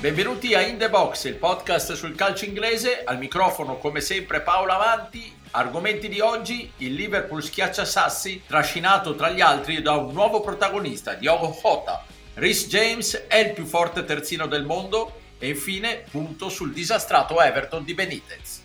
Benvenuti a In The Box, il podcast sul calcio inglese. Al microfono come sempre Paolo Avanti. Argomenti di oggi: il Liverpool schiaccia Sassi, trascinato tra gli altri da un nuovo protagonista, Diogo Jota. Reece James è il più forte terzino del mondo e infine punto sul disastrato Everton di Benitez.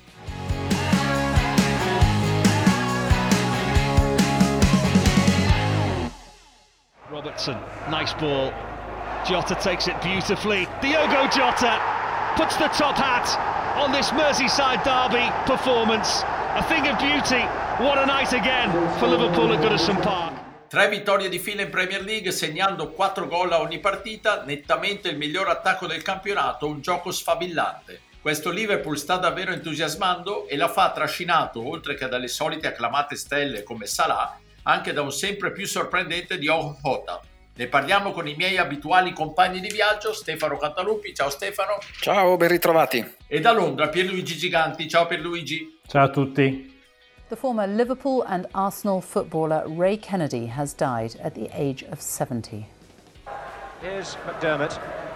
Robertson, nice ball. Jota takes it beautifully. Diogo Jota puts the top hat on this Merseyside derby performance. A thing of beauty. What a night again for Liverpool at Goodison Park. 3 vittorie di fila in Premier League, segnando 4 gol a ogni partita, nettamente il miglior attacco del campionato, un gioco sfavillante. Questo Liverpool sta davvero entusiasmando e la fa trascinato, oltre che dalle solite acclamate stelle come Salah, anche da un sempre più sorprendente Diogo Jota. Ne parliamo con i miei abituali compagni di viaggio, Stefano Cantalupi. Ciao Stefano. Ciao, ben ritrovati. E da Londra Pierluigi Giganti. Ciao Pierluigi. Ciao a tutti. The former Liverpool and Arsenal footballer Ray Kennedy has died at the age of 70. Here's McDermott.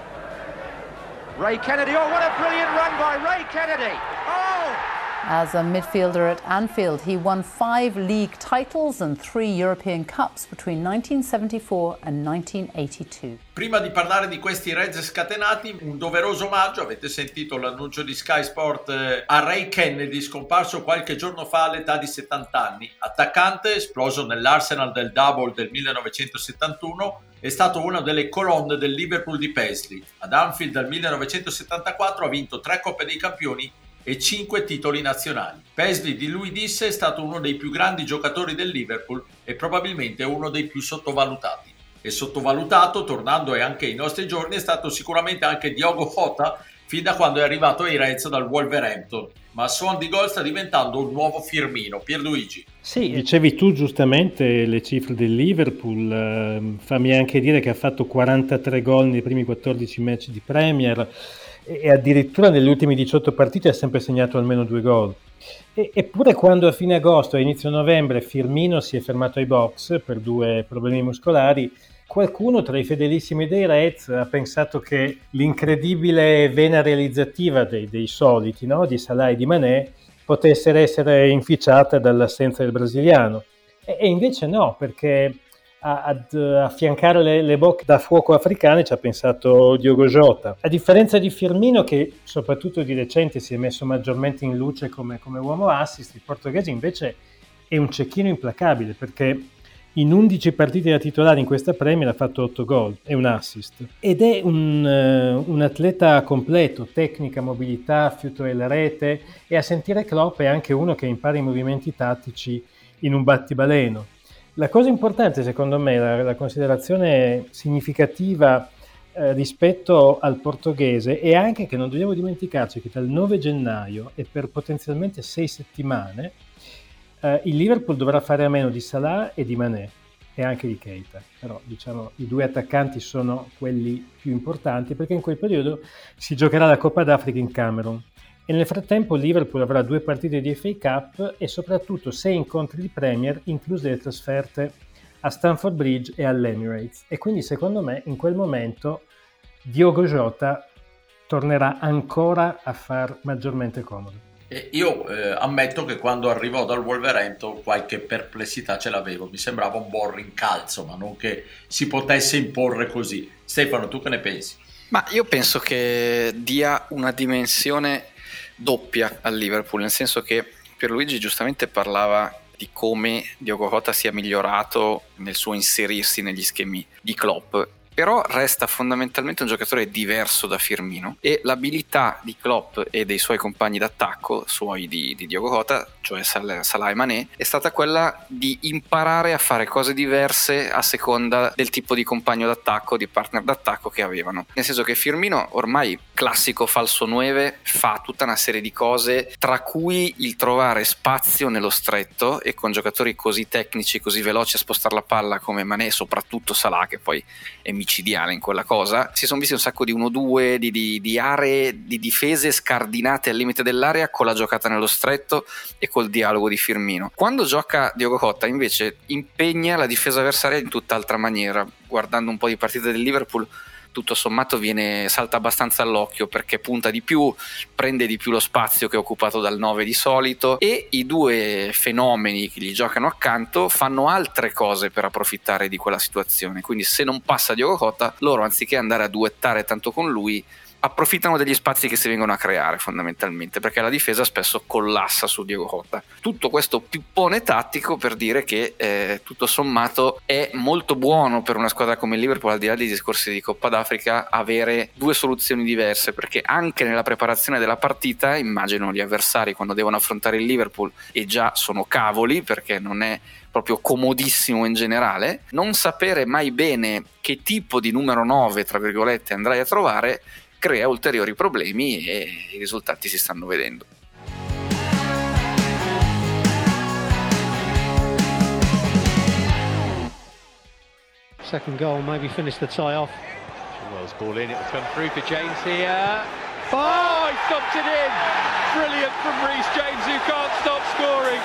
Ray Kennedy, oh what a brilliant run by Ray Kennedy! Oh! As a midfielder at Anfield, he won 5 league titles and 3 European Cups between 1974 and 1982. Prima di parlare di questi Reds scatenati, un doveroso omaggio, avete sentito l'annuncio di Sky Sport, a Ray Kennedy, scomparso qualche giorno fa all'età di 70 anni. Attaccante, esploso nell'Arsenal del Double del 1971, è stato una delle colonne del Liverpool di Paisley. Ad Anfield dal 1974 ha vinto 3 Coppe dei Campioni e 5 titoli nazionali. Paisley di lui disse: è stato uno dei più grandi giocatori del Liverpool e probabilmente uno dei più sottovalutati. E sottovalutato, tornando anche ai nostri giorni, è stato sicuramente anche Diogo Jota, fin da quando è arrivato ai Reds dal Wolverhampton, ma a suon di gol sta diventando un nuovo Firmino. Pierluigi. Sì, dicevi tu giustamente le cifre del Liverpool, fammi anche dire che ha fatto 43 gol nei primi 14 match di Premier e addirittura negli ultimi 18 partite ha sempre segnato almeno 2 gol. Eppure quando a fine agosto e inizio novembre Firmino si è fermato ai box per 2 problemi muscolari, qualcuno tra i fedelissimi dei Reds ha pensato che l'incredibile vena realizzativa dei soliti, no? Di Salah e di Mané, potesse essere inficiata dall'assenza del brasiliano. E invece no, perché ad affiancare le bocche da fuoco africane ci ha pensato Diogo Jota. A differenza di Firmino, che soprattutto di recente si è messo maggiormente in luce come uomo assist, il portoghese invece è un cecchino implacabile, perché in 11 partite da titolare in questa Premier ha fatto 8 gol e un assist. Ed è un atleta completo, tecnica, mobilità, fiuto della rete, e a sentire Klopp è anche uno che impara i movimenti tattici in un battibaleno. La cosa importante secondo me, la considerazione significativa rispetto al portoghese è anche che non dobbiamo dimenticarci che dal 9 gennaio e per potenzialmente 6 settimane il Liverpool dovrà fare a meno di Salah e di Mané e anche di Keita, però diciamo i 2 attaccanti sono quelli più importanti perché in quel periodo si giocherà la Coppa d'Africa in Camerun. E nel frattempo il Liverpool avrà 2 partite di FA Cup e soprattutto 6 incontri di Premier, incluse le trasferte a Stamford Bridge e all'Emirates. E quindi secondo me in quel momento Diogo Jota tornerà ancora a far maggiormente comodo. Io ammetto che quando arrivò dal Wolverhampton qualche perplessità ce l'avevo, mi sembrava un buon rincalzo, ma non che si potesse imporre così. Stefano, tu che ne pensi? Ma io penso che dia una dimensione doppia al Liverpool, nel senso che Pierluigi giustamente parlava di come Diogo Jota sia migliorato nel suo inserirsi negli schemi di Klopp, però resta fondamentalmente un giocatore diverso da Firmino e l'abilità di Klopp e dei suoi compagni d'attacco, suoi di Diogo Jota, cioè Salah e Mané, è stata quella di imparare a fare cose diverse a seconda del tipo di compagno d'attacco, di partner d'attacco che avevano. Nel senso che Firmino, ormai classico falso 9, fa tutta una serie di cose, tra cui il trovare spazio nello stretto, e con giocatori così tecnici, così veloci a spostare la palla come Mané, soprattutto Salah, che poi è micidiale in quella cosa. Si sono visti un sacco di 1-2, di aree, di difese scardinate al limite dell'area con la giocata nello stretto e col dialogo di Firmino. Quando gioca Diogo Jota invece impegna la difesa avversaria in tutt'altra maniera. Guardando un po' di partite del Liverpool tutto sommato salta abbastanza all'occhio, perché punta di più, prende di più lo spazio che è occupato dal 9 di solito, e i due fenomeni che gli giocano accanto fanno altre cose per approfittare di quella situazione. Quindi se non passa Diogo Jota, loro anziché andare a duettare tanto con lui, approfittano degli spazi che si vengono a creare, fondamentalmente, perché la difesa spesso collassa su Diogo Jota. Tutto questo pippone tattico per dire che tutto sommato è molto buono per una squadra come il Liverpool, al di là dei discorsi di Coppa d'Africa, avere due soluzioni diverse, perché anche nella preparazione della partita, immagino gli avversari quando devono affrontare il Liverpool, e già sono cavoli perché non è proprio comodissimo in generale, non sapere mai bene che tipo di numero 9 tra virgolette andrai a trovare crea ulteriori problemi, e i risultati si stanno vedendo. Second goal maybe finish the tie off. Chilwell's ball in, it will come through for James here. Oh, he stopped it in! Brilliant from Reece James, who can't stop scoring.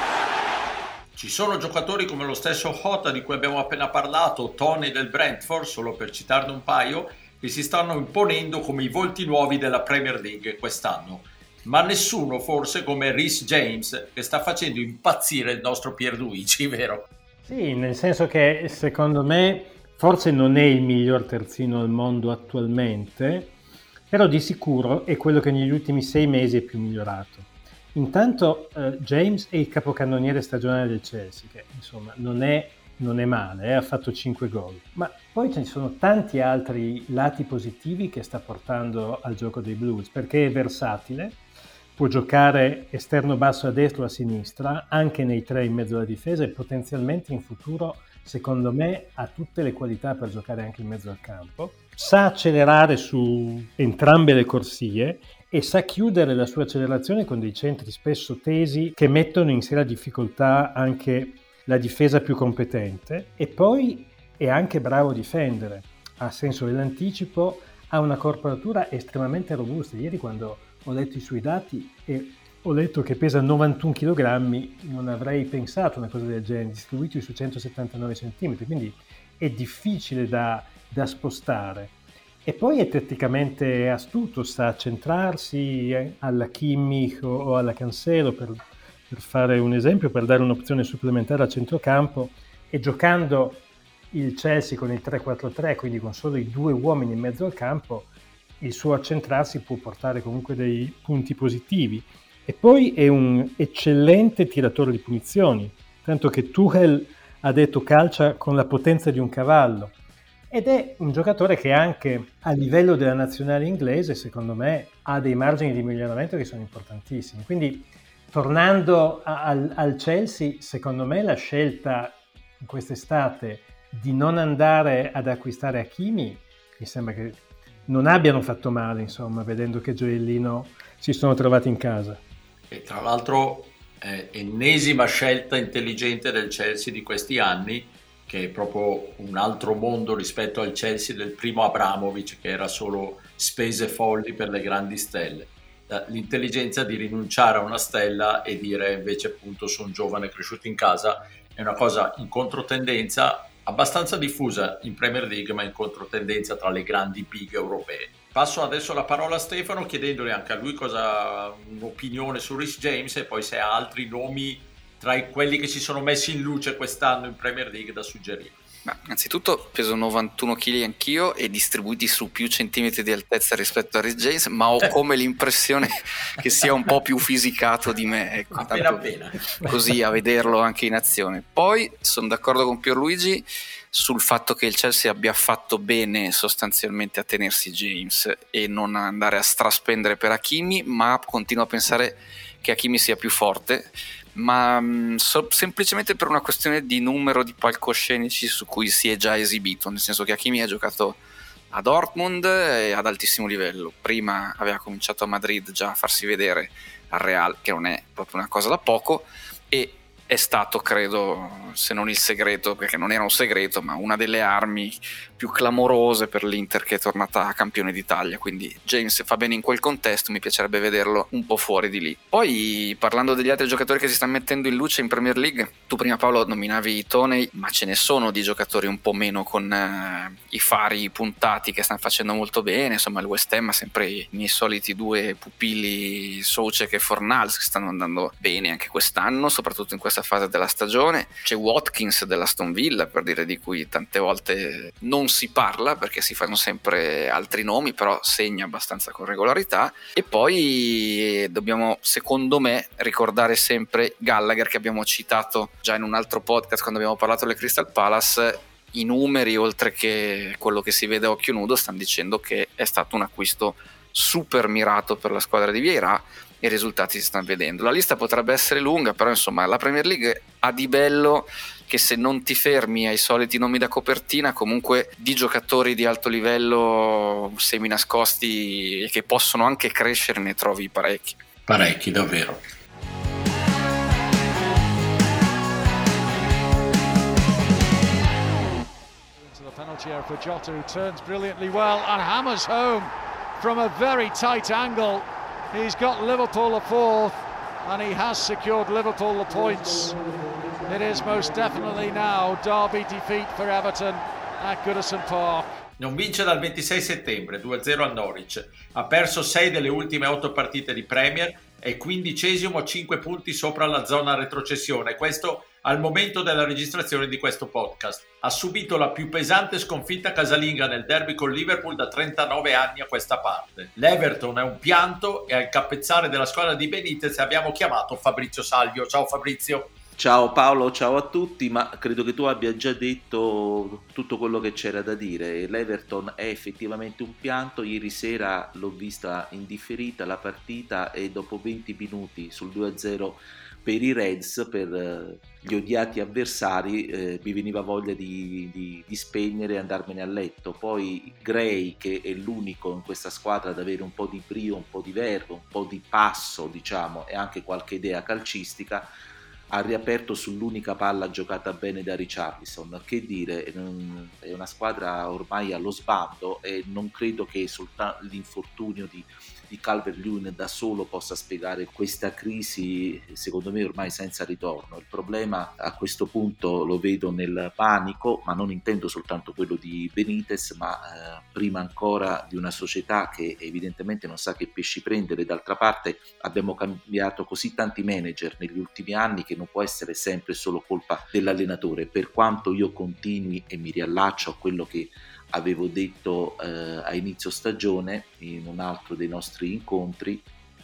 Ci sono giocatori come lo stesso Jota di cui abbiamo appena parlato, Tony del Brentford, solo per citarne un paio, che si stanno imponendo come i volti nuovi della Premier League quest'anno, ma nessuno forse come Reece James, che sta facendo impazzire il nostro Pierluigi, vero? Sì, nel senso che secondo me forse non è il miglior terzino al mondo attualmente, però di sicuro è quello che negli ultimi 6 mesi è più migliorato. Intanto James è il capocannoniere stagionale del Chelsea, che insomma non è male, ha fatto 5 gol, ma poi ci sono tanti altri lati positivi che sta portando al gioco dei Blues, perché è versatile, può giocare esterno basso a destra o a sinistra, anche nei 3 in mezzo alla difesa, e potenzialmente in futuro, secondo me, ha tutte le qualità per giocare anche in mezzo al campo, sa accelerare su entrambe le corsie e sa chiudere la sua accelerazione con dei centri spesso tesi che mettono in seria difficoltà anche la difesa più competente, e poi è anche bravo a difendere, ha senso dell'anticipo, ha una corporatura estremamente robusta. Ieri quando ho letto i suoi dati e ho letto che pesa 91 kg, non avrei pensato una cosa del genere, distribuito su 179 cm, quindi è difficile da spostare. E poi è tatticamente astuto, sa centrarsi alla Kimmich o alla Cancelo, per fare un esempio, per dare un'opzione supplementare a centrocampo, e giocando il Chelsea con il 3-4-3, quindi con solo i 2 uomini in mezzo al campo, il suo accentrarsi può portare comunque dei punti positivi. E poi è un eccellente tiratore di punizioni, tanto che Tuchel ha detto calcia con la potenza di un cavallo, ed è un giocatore che anche a livello della nazionale inglese, secondo me, ha dei margini di miglioramento che sono importantissimi. Quindi tornando al Chelsea, secondo me la scelta in quest'estate di non andare ad acquistare Hakimi, mi sembra che non abbiano fatto male, insomma, vedendo che gioiellino si sono trovati in casa. E tra l'altro ennesima scelta intelligente del Chelsea di questi anni, che è proprio un altro mondo rispetto al Chelsea del primo Abramovich, che era solo spese folli per le grandi stelle. L'intelligenza di rinunciare a una stella e dire invece appunto sono giovane cresciuto in casa è una cosa in controtendenza, abbastanza diffusa in Premier League, ma in controtendenza tra le grandi big europee. Passo adesso la parola a Stefano, chiedendole anche a lui un'opinione su Reece James, e poi se ha altri nomi tra quelli che si sono messi in luce quest'anno in Premier League da suggerire. Ma innanzitutto peso 91 kg anch'io e distribuiti su più centimetri di altezza rispetto a Reece James, ma ho come l'impressione che sia un po' più fisicato di me, ecco, appena così a vederlo anche in azione. Poi sono d'accordo con Pierluigi sul fatto che il Chelsea abbia fatto bene sostanzialmente a tenersi James e non andare a straspendere per Hakimi, ma continuo a pensare che Hakimi sia più forte, ma semplicemente per una questione di numero di palcoscenici su cui si è già esibito, nel senso che Hakimi ha giocato a Dortmund e ad altissimo livello, prima aveva cominciato a Madrid già a farsi vedere al Real, che non è proprio una cosa da poco, e è stato, credo, se non il segreto, perché non era un segreto, ma una delle armi più clamorose per l'Inter, che è tornata campione d'Italia. Quindi James fa bene in quel contesto, mi piacerebbe vederlo un po' fuori di lì. Poi, parlando degli altri giocatori che si stanno mettendo in luce in Premier League, tu prima, Paolo, nominavi Toney, ma ce ne sono di giocatori un po' meno con i fari puntati che stanno facendo molto bene. Insomma, il West Ham ha sempre i miei soliti due pupilli, Soucek e Fornals, che stanno andando bene anche quest'anno, soprattutto in questa fase della stagione. C'è Watkins dell'Aston Villa, per dire, di cui tante volte non si parla perché si fanno sempre altri nomi, però segna abbastanza con regolarità. E poi dobbiamo, secondo me, ricordare sempre Gallagher, che abbiamo citato già in un altro podcast quando abbiamo parlato del Crystal Palace. I numeri, oltre che quello che si vede a occhio nudo, stanno dicendo che è stato un acquisto super mirato per la squadra di Vieira. I risultati si stanno vedendo. La lista potrebbe essere lunga, però insomma la Premier League ha di bello che, se non ti fermi ai soliti nomi da copertina, comunque di giocatori di alto livello semi nascosti e che possono anche crescere ne trovi parecchi davvero. Into the penalty area for Jota, who turns brilliantly well and hammers home from a very tight angle. He's got Liverpool the fourth, and he has secured Liverpool the points. It is most definitely now derby defeat for Everton at Goodison Park. Non vince dal 26 settembre, 2-0 a Norwich. Ha perso 6 delle ultime 8 partite di Premier, è 15esimo a 5 punti sopra la zona retrocessione. Questo al momento della registrazione di questo podcast. Ha subito la più pesante sconfitta casalinga nel derby con Liverpool da 39 anni a questa parte. L'Everton è un pianto e al capezzale della squadra di Benitez abbiamo chiamato Fabrizio Salvio. Ciao Fabrizio. Ciao Paolo, ciao a tutti, ma credo che tu abbia già detto tutto quello che c'era da dire. L'Everton è effettivamente un pianto. Ieri sera l'ho vista indifferita la partita e dopo 20 minuti sul 2-0 per i Reds, per gli odiati avversari, mi veniva voglia di spegnere e andarmene a letto. Poi Gray, che è l'unico in questa squadra ad avere un po' di brio, un po' di verve, un po' di passo, diciamo, e anche qualche idea calcistica, ha riaperto sull'unica palla giocata bene da Richarlison. Che dire, è una squadra ormai allo sbando e non credo che soltanto l'infortunio di Calvert-Lewin da solo possa spiegare questa crisi, secondo me ormai senza ritorno. Il problema a questo punto lo vedo nel panico, ma non intendo soltanto quello di Benitez, ma prima ancora di una società che evidentemente non sa che pesci prendere. D'altra parte abbiamo cambiato così tanti manager negli ultimi anni che non può essere sempre solo colpa dell'allenatore. Per quanto io continui e mi riallaccio a quello che avevo detto a inizio stagione in un altro dei nostri incontri,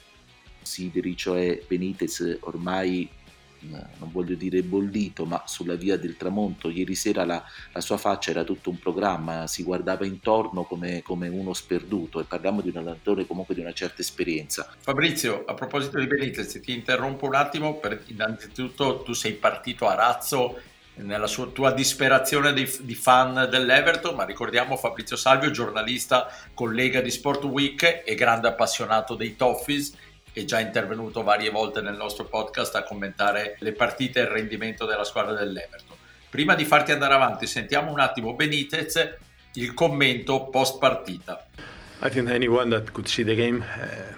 consideri cioè Benitez ormai, non voglio dire bollito, ma sulla via del tramonto. Ieri sera la sua faccia era tutto un programma, si guardava intorno come uno sperduto, e parliamo di un allenatore comunque di una certa esperienza. Fabrizio, a proposito di Benitez, ti interrompo un attimo, innanzitutto tu sei partito a razzo nella tua disperazione di fan dell'Everton, ma ricordiamo Fabrizio Salvio, giornalista, collega di Sport Week e grande appassionato dei Toffees, è già intervenuto varie volte nel nostro podcast a commentare le partite e il rendimento della squadra dell'Everton. Prima di farti andare avanti, sentiamo un attimo Benitez, il commento post partita. I think anyone that could see the game,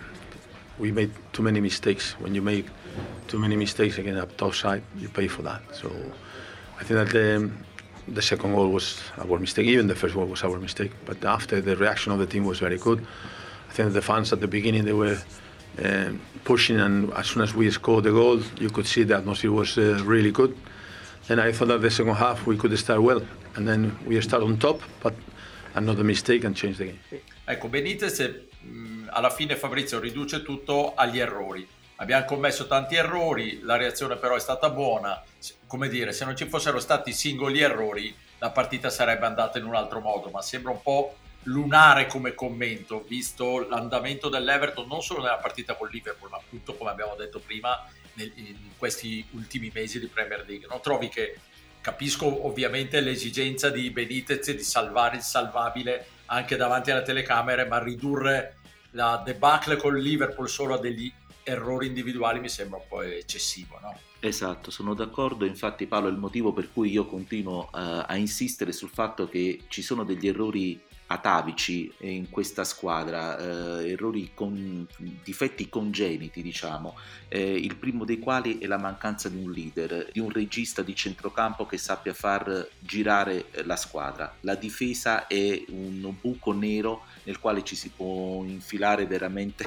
we made too many mistakes. When you make too many mistakes against a tough side, you pay for that. So I think that the second goal was our mistake, even the first goal was our mistake. But after, the reaction of the team was very good. I think that the fans at the beginning, they were pushing, and as soon as we scored the goal, you could see the atmosphere was really good. And I thought that the second half we could start well, and then we start on top, but another mistake and change the game. Ecco, Benitez alla fine, Fabrizio, riduce tutto agli errori. Abbiamo commesso tanti errori, la reazione però è stata buona. Come dire, se non ci fossero stati singoli errori, la partita sarebbe andata in un altro modo, ma sembra un po' lunare come commento, visto l'andamento dell'Everton non solo nella partita con Liverpool, ma appunto, come abbiamo detto prima, in questi ultimi mesi di Premier League. Non trovi che, capisco ovviamente l'esigenza di Benitez di salvare il salvabile anche davanti alle telecamere, ma ridurre la debacle con Liverpool solo a degli errori individuali mi sembra un po' eccessivo, no? Esatto, sono d'accordo, infatti Paolo è il motivo per cui io continuo a insistere sul fatto che ci sono degli errori atavici in questa squadra, errori con difetti congeniti, diciamo, il primo dei quali è la mancanza di un leader, di un regista di centrocampo che sappia far girare la squadra. La difesa è un buco nero nel quale ci si può infilare veramente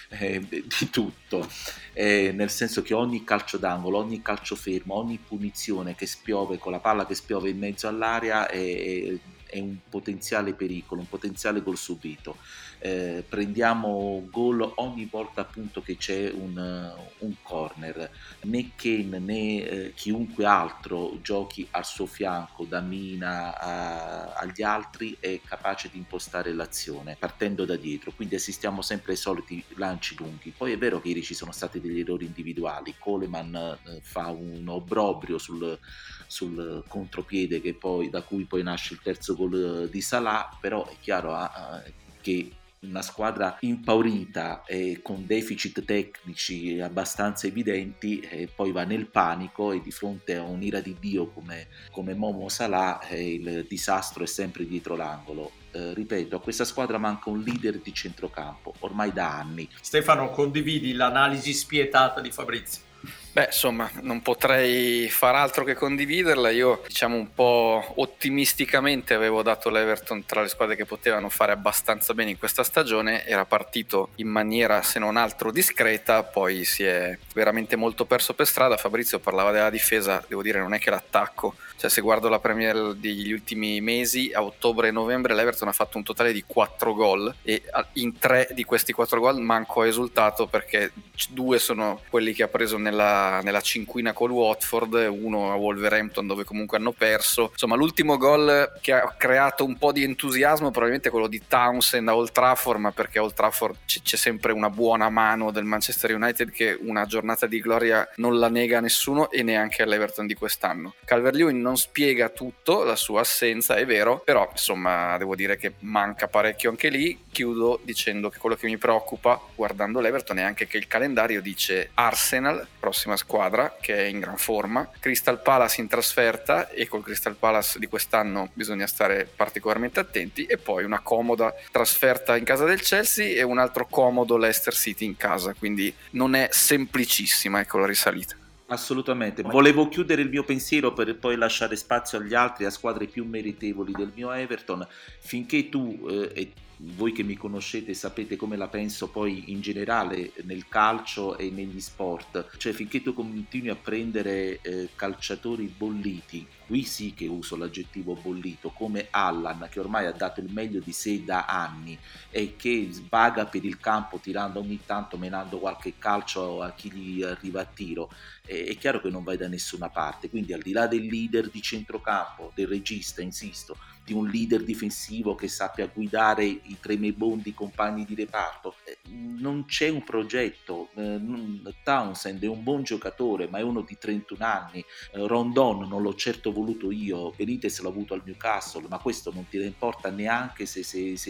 di tutto, nel senso che ogni calcio d'angolo, ogni calcio fermo, ogni punizione che spiove con la palla che spiove in mezzo all'area è un potenziale pericolo, un potenziale gol subito. Prendiamo gol ogni volta appunto che c'è un corner. Né Kane né chiunque altro giochi al suo fianco, da Mina agli altri, è capace di impostare l'azione partendo da dietro, quindi assistiamo sempre ai soliti lanci lunghi. Poi è vero che ieri ci sono stati degli errori individuali, Coleman fa un obbrobrio sul contropiede da cui poi nasce il terzo gol di Salah, però è chiaro che una squadra impaurita e con deficit tecnici abbastanza evidenti poi va nel panico, e di fronte a un'ira di Dio come Momo Salah il disastro è sempre dietro l'angolo. Ripeto, a questa squadra manca un leader di centrocampo ormai da anni. Stefano, condividi l'analisi spietata di Fabrizio? Beh, insomma, non potrei far altro che condividerla. Io, diciamo, un po' ottimisticamente avevo dato l'Everton tra le squadre che potevano fare abbastanza bene in questa stagione. Era partito in maniera se non altro discreta, poi si è veramente molto perso per strada. Fabrizio parlava della difesa, devo dire non è che l'attacco, cioè se guardo la Premier degli ultimi mesi, a ottobre e novembre l'Everton ha fatto un totale di 4 gol e in 3 di questi 4 gol manco ha esultato, perché 2 sono quelli che ha preso nella cinquina col Watford, uno a Wolverhampton dove comunque hanno perso. Insomma, l'ultimo gol che ha creato un po' di entusiasmo probabilmente quello di Townsend a Old Trafford, ma perché a Old Trafford c'è sempre una buona mano del Manchester United che una giornata di gloria non la nega a nessuno, e neanche all'Everton di quest'anno. Calvert-Lewin non spiega tutto la sua assenza, è vero, però insomma devo dire che manca parecchio anche lì. Chiudo dicendo che quello che mi preoccupa guardando l'Everton è anche che il calendario dice Arsenal, prossima squadra che è in gran forma, Crystal Palace in trasferta, e col Crystal Palace di quest'anno bisogna stare particolarmente attenti, e poi una comoda trasferta in casa del Chelsea e un altro comodo Leicester City in casa, quindi non è semplicissima, ecco, la risalita. Assolutamente, volevo chiudere il mio pensiero per poi lasciare spazio agli altri, a squadre più meritevoli del mio Everton. Finché tu e voi che mi conoscete sapete come la penso poi in generale nel calcio e negli sport, cioè finché tu continui a prendere calciatori bolliti, qui sì che uso l'aggettivo bollito, come Allan, che ormai ha dato il meglio di sé da anni e che vaga per il campo tirando ogni tanto, menando qualche calcio a chi gli arriva a tiro, è chiaro che non vai da nessuna parte. Quindi al di là del leader di centrocampo, del regista, insisto, di un leader difensivo che sappia guidare i tremebondi compagni di reparto, non c'è un progetto. Townsend è un buon giocatore, ma è uno di 31 anni. Rondon non l'ho certo voluto io, Benitez l'ho avuto al Newcastle, ma questo non ti importa neanche se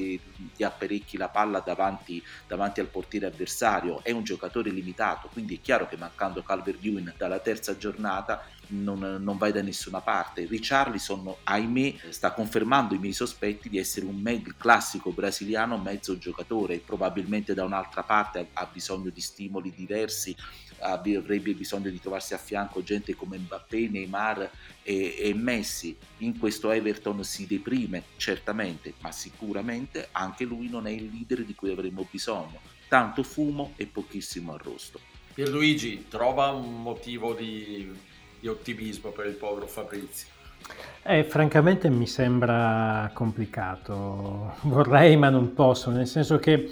ti apparecchi la palla davanti al portiere avversario. È un giocatore limitato, quindi è chiaro che mancando Calvert-Lewin dalla terza giornata non vai da nessuna parte. Richarlison, ahimè, sta confermando i miei sospetti di essere il classico brasiliano mezzo giocatore, probabilmente da un'altra parte ha bisogno di stimoli diversi, avrebbe bisogno di trovarsi a fianco gente come Mbappé, Neymar e Messi. In questo Everton si deprime certamente, ma sicuramente anche lui non è il leader di cui avremmo bisogno. Tanto fumo e pochissimo arrosto. Pierluigi, trova un motivo di ottimismo per il povero Fabrizio. Francamente mi sembra complicato, vorrei ma non posso, nel senso che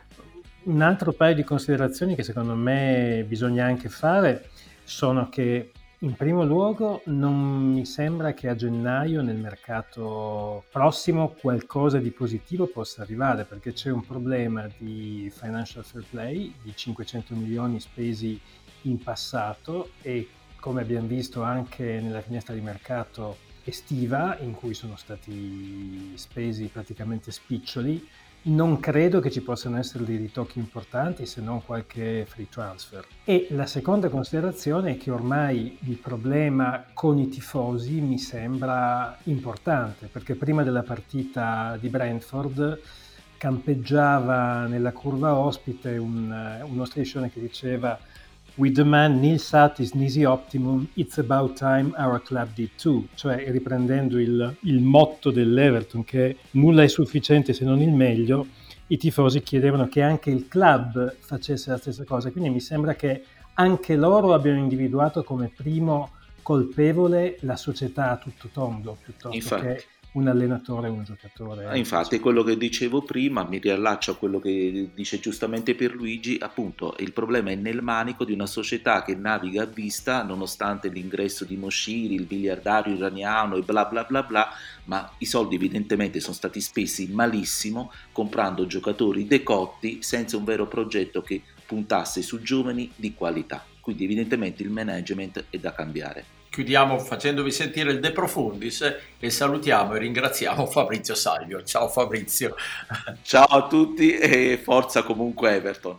un altro paio di considerazioni che secondo me bisogna anche fare sono che in primo luogo non mi sembra che a gennaio nel mercato prossimo qualcosa di positivo possa arrivare, perché c'è un problema di financial fair play di 500 milioni spesi in passato, e come abbiamo visto anche nella finestra di mercato estiva in cui sono stati spesi praticamente spiccioli. Non credo che ci possano essere dei ritocchi importanti se non qualche free transfer. E la seconda considerazione è che ormai il problema con i tifosi mi sembra importante, perché prima della partita di Brentford campeggiava nella curva ospite uno striscione che diceva "With the man Nils at his Nisi optimum, it's about time our club did too", cioè riprendendo il motto dell'Everton che nulla è sufficiente se non il meglio, i tifosi chiedevano che anche il club facesse la stessa cosa, quindi mi sembra che anche loro abbiano individuato come primo colpevole la società a tutto tondo, piuttosto che un allenatore o un giocatore. Infatti, quello che dicevo prima, mi riallaccio a quello che dice giustamente Pierluigi, appunto il problema è nel manico di una società che naviga a vista nonostante l'ingresso di Moshiri, il miliardario iraniano e bla bla bla bla, ma i soldi evidentemente sono stati spesi malissimo comprando giocatori decotti senza un vero progetto che puntasse su giovani di qualità, quindi evidentemente il management è da cambiare. Chiudiamo facendovi sentire il De Profundis e salutiamo e ringraziamo Fabrizio Salvio. Ciao Fabrizio. Ciao a tutti e forza comunque Everton.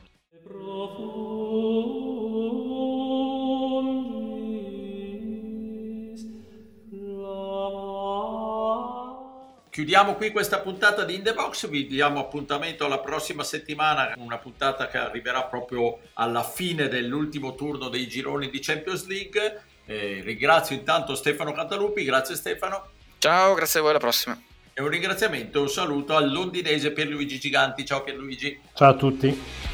Chiudiamo qui questa puntata di In The Box, vi diamo appuntamento alla prossima settimana, una puntata che arriverà proprio alla fine dell'ultimo turno dei gironi di Champions League. Ringrazio intanto Stefano Cantalupi, grazie Stefano. Ciao, grazie a voi, alla prossima. E un ringraziamento, un saluto al londinese Pierluigi Giganti. Ciao Pierluigi. Ciao a tutti.